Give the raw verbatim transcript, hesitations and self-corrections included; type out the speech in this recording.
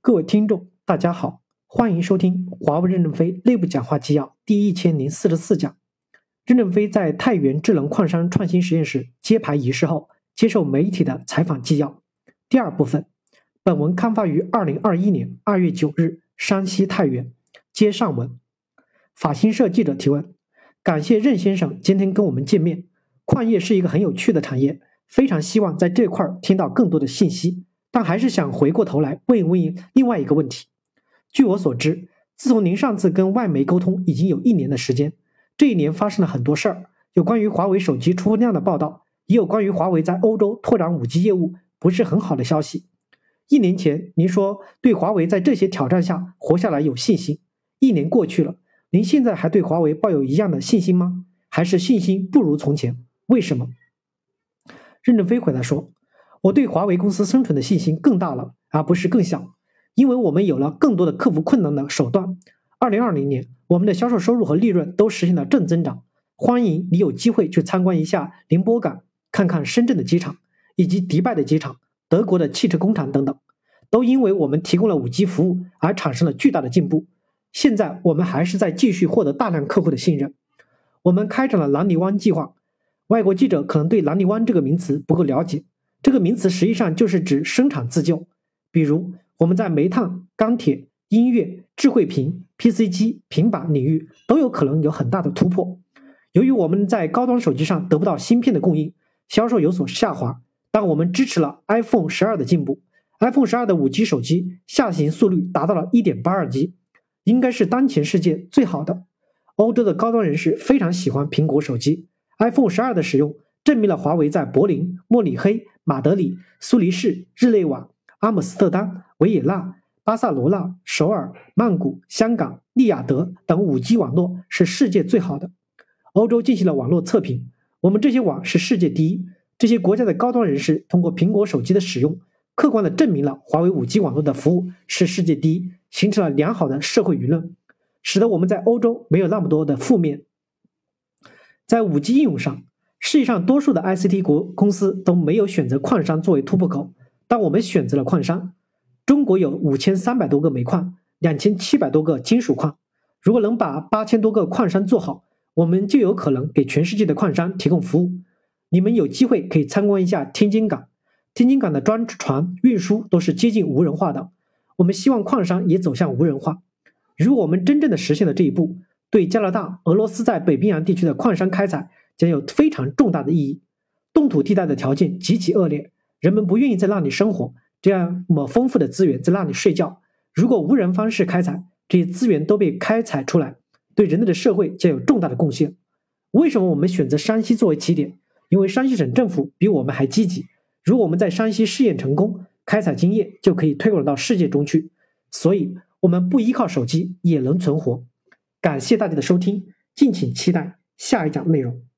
各位听众，大家好，欢迎收听华为任正非内部讲话纪要第一千零四十四讲。任正非在太原智能矿山创新实验室揭牌仪式后，接受媒体的采访纪要。第二部分，本文刊发于二零二一年二月九日，山西太原。接上文。法新社记者提问：感谢任先生今天跟我们见面。矿业是一个很有趣的产业，非常希望在这块听到更多的信息。但还是想回过头来问一问另外一个问题。据我所知，自从您上次跟外媒沟通已经有一年的时间，这一年发生了很多事儿，有关于华为手机出货量的报道，也有关于华为在欧洲拓展 五 G 业务不是很好的消息。一年前您说对华为在这些挑战下活下来有信心，一年过去了，您现在还对华为抱有一样的信心吗？还是信心不如从前？为什么？任正非回答说，我对华为公司生存的信心更大了，而不是更小，因为我们有了更多的克服困难的手段。二零二零年，我们的销售收入和利润都实现了正增长。欢迎你有机会去参观一下宁波港，看看深圳的机场，以及迪拜的机场、德国的汽车工厂等等，都因为我们提供了 五 G 服务而产生了巨大的进步。现在我们还是在继续获得大量客户的信任。我们开展了蓝泥湾计划，外国记者可能对蓝泥湾这个名词不够了解。这个名词实际上就是指生产自救，比如我们在煤炭、钢铁、音乐、智慧屏、P C 机、平板领域都有可能有很大的突破。由于我们在高端手机上得不到芯片的供应，销售有所下滑，但我们支持了 iPhone 十二的进步。iPhone 十二的 五 G 手机下行速率达到了 一点八二 G， 应该是当前世界最好的。欧洲的高端人士非常喜欢苹果手机， iPhone 十二的使用证明了华为在柏林、慕尼黑、马德里、苏黎世、日内瓦、阿姆斯特丹、维也纳、巴塞罗那、首尔、曼谷、香港、利雅得等 五 G 网络是世界最好的。欧洲进行了网络测评，我们这些网是世界第一。这些国家的高端人士通过苹果手机的使用，客观地证明了华为 五 G 网络的服务是世界第一，形成了良好的社会舆论，使得我们在欧洲没有那么多的负面。在 五 G 应用上，世界上多数的 I C T 国公司都没有选择矿山作为突破口，但我们选择了矿山。中国有五千三百多个煤矿，两千七百多个金属矿。如果能把八千多个矿山做好，我们就有可能给全世界的矿山提供服务。你们有机会可以参观一下天津港，天津港的专船运输都是接近无人化的。我们希望矿山也走向无人化。如果我们真正的实现了这一步，对加拿大、俄罗斯在北冰洋地区的矿山开采将有非常重大的意义。冻土地带的条件极其恶劣，人们不愿意在那里生活，这样么丰富的资源在那里睡觉。如果无人方式开采，这些资源都被开采出来，对人类的社会将有重大的贡献。为什么我们选择山西作为起点？因为山西省政府比我们还积极。如果我们在山西试验成功，开采经验就可以推广到世界中去。所以我们不依靠手机也能存活。感谢大家的收听，敬请期待下一讲内容。